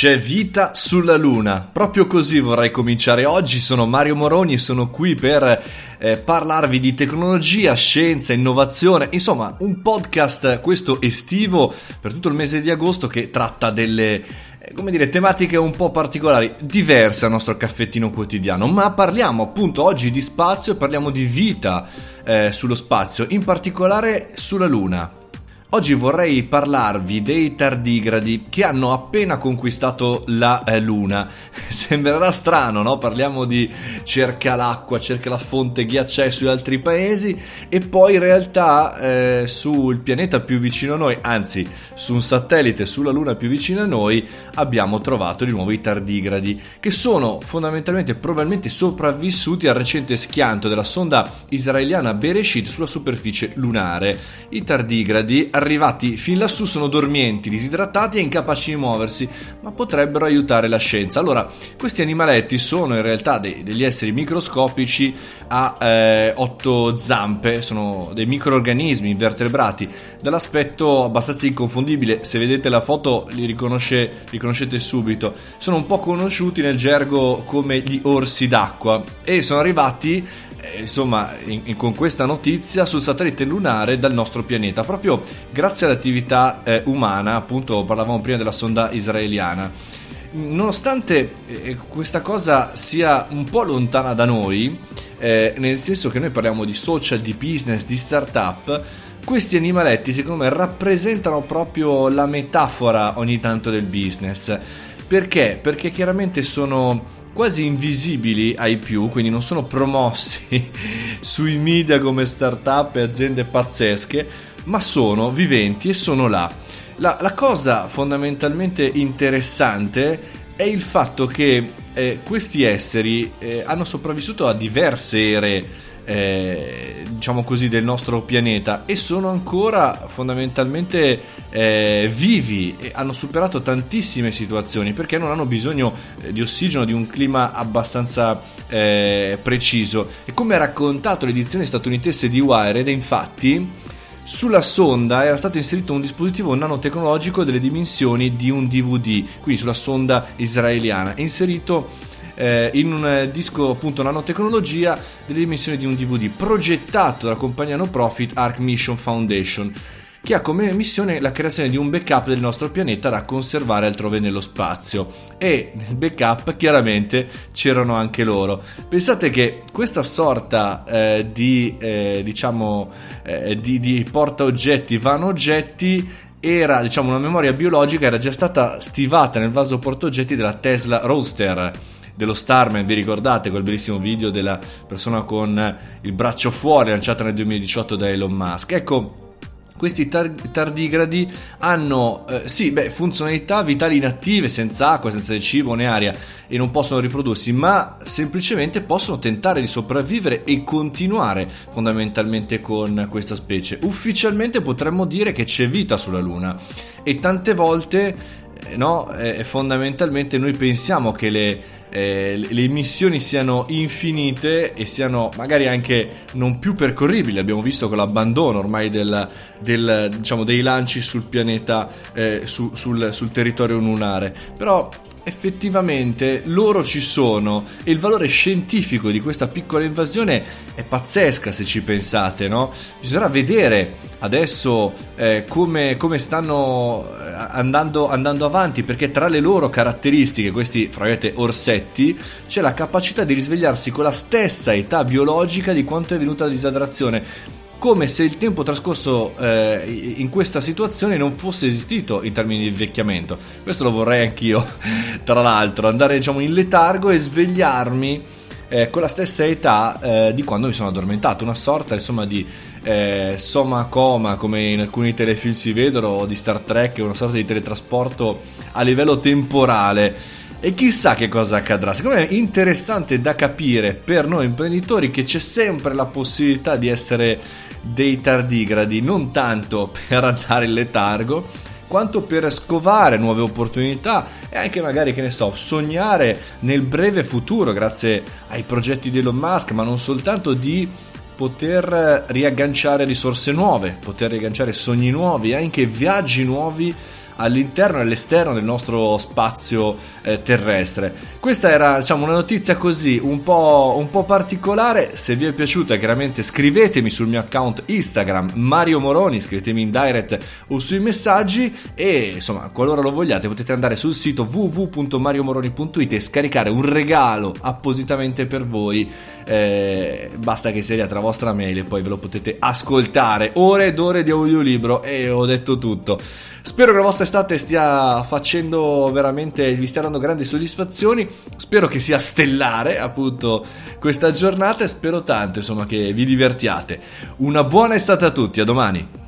C'è vita sulla Luna, proprio così vorrei cominciare oggi. Sono Mario Moroni e sono qui per parlarvi di tecnologia, scienza, innovazione, insomma un podcast questo estivo per tutto il mese di agosto che tratta delle tematiche un po' particolari, diverse dal nostro caffettino quotidiano, ma parliamo appunto oggi di spazio, parliamo di vita sullo spazio, in particolare sulla Luna. Oggi vorrei parlarvi dei tardigradi che hanno appena conquistato la Luna. Sembrerà strano, no? Parliamo di cerca l'acqua, cerca la fonte ghiacciai sugli altri paesi e poi in realtà sul pianeta più vicino a noi, anzi su un satellite sulla Luna più vicino a noi, abbiamo trovato di nuovo i tardigradi che sono fondamentalmente probabilmente sopravvissuti al recente schianto della sonda israeliana Bereshit sulla superficie lunare. I tardigradi arrivati fin lassù sono dormienti, disidratati e incapaci di muoversi, ma potrebbero aiutare la scienza. Allora, questi animaletti sono in realtà degli esseri microscopici a 8 zampe, sono dei microorganismi invertebrati, dall'aspetto abbastanza inconfondibile. Se vedete la foto li riconoscete subito. Sono un po' conosciuti nel gergo come gli orsi d'acqua e sono arrivati con questa notizia sul satellite lunare dal nostro pianeta, proprio grazie all'attività umana. Appunto parlavamo prima della sonda israeliana. Nonostante questa cosa sia un po' lontana da noi, nel senso che noi parliamo di social, di business, di startup, questi animaletti secondo me rappresentano proprio la metafora ogni tanto del business. Perché? Perché chiaramente sono quasi invisibili ai più, quindi non sono promossi sui media come startup e aziende pazzesche, ma sono viventi e sono là. La cosa fondamentalmente interessante è il fatto che questi esseri hanno sopravvissuto a diverse ere, diciamo così, del nostro pianeta e sono ancora fondamentalmente vivi e hanno superato tantissime situazioni perché non hanno bisogno di ossigeno, di un clima abbastanza preciso. E come ha raccontato l'edizione statunitense di Wired, infatti sulla sonda era stato inserito un dispositivo nanotecnologico delle dimensioni di un DVD, quindi sulla sonda israeliana, inserito in un disco appunto nanotecnologia delle dimensioni di un DVD, progettato dalla compagnia no profit Arc Mission Foundation, che ha come missione la creazione di un backup del nostro pianeta da conservare altrove nello spazio. E nel backup chiaramente c'erano anche loro. Pensate che questa sorta di portaoggetti vanoggetti era, diciamo, una memoria biologica, era già stata stivata nel vaso portaoggetti della Tesla Roadster dello Starman. Vi ricordate quel bellissimo video della persona con il braccio fuori lanciata nel 2018 da Elon Musk? Ecco, questi tardigradi hanno funzionalità vitali inattive, senza acqua, senza cibo né aria, e non possono riprodursi, ma semplicemente possono tentare di sopravvivere e continuare fondamentalmente con questa specie. Ufficialmente potremmo dire che c'è vita sulla Luna e tante volte fondamentalmente noi pensiamo che le missioni siano infinite e siano magari anche non più percorribili. Abbiamo visto con l'abbandono ormai dei lanci sul pianeta, sul territorio lunare, però effettivamente loro ci sono e il valore scientifico di questa piccola invasione è pazzesca, se ci pensate, no? Bisognerà vedere adesso come stanno andando avanti, perché tra le loro caratteristiche, questi fra virgolette orsetti, c'è la capacità di risvegliarsi con la stessa età biologica di quanto è venuta la disadrazione, come se il tempo trascorso in questa situazione non fosse esistito in termini di invecchiamento. Questo lo vorrei anch'io, tra l'altro, andare in letargo e svegliarmi con la stessa età di quando mi sono addormentato, una sorta di soma coma, come in alcuni telefilm si vedono, o di Star Trek, una sorta di teletrasporto a livello temporale. E chissà che cosa accadrà. Secondo me è interessante da capire per noi imprenditori che c'è sempre la possibilità di essere dei tardigradi, non tanto per andare in letargo quanto per scovare nuove opportunità e anche magari, sognare nel breve futuro, grazie ai progetti di Elon Musk, ma non soltanto, di poter riagganciare risorse nuove, poter riagganciare sogni nuovi, anche viaggi nuovi all'interno e all'esterno del nostro spazio terrestre. Questa era, diciamo, una notizia così un po' particolare. Se vi è piaciuta, chiaramente scrivetemi sul mio account Instagram Mario Moroni, scrivetemi in direct o sui messaggi, e insomma, qualora lo vogliate potete andare sul sito www.mariomoroni.it e scaricare un regalo appositamente per voi. Basta che sia la vostra mail e poi ve lo potete ascoltare ore ed ore di audiolibro, e ho detto tutto. Spero che la vostra estate stia facendo veramente, vi stia dando grandi soddisfazioni. Spero che sia stellare appunto questa giornata, e spero tanto insomma che vi divertiate. Una buona estate a tutti, a domani.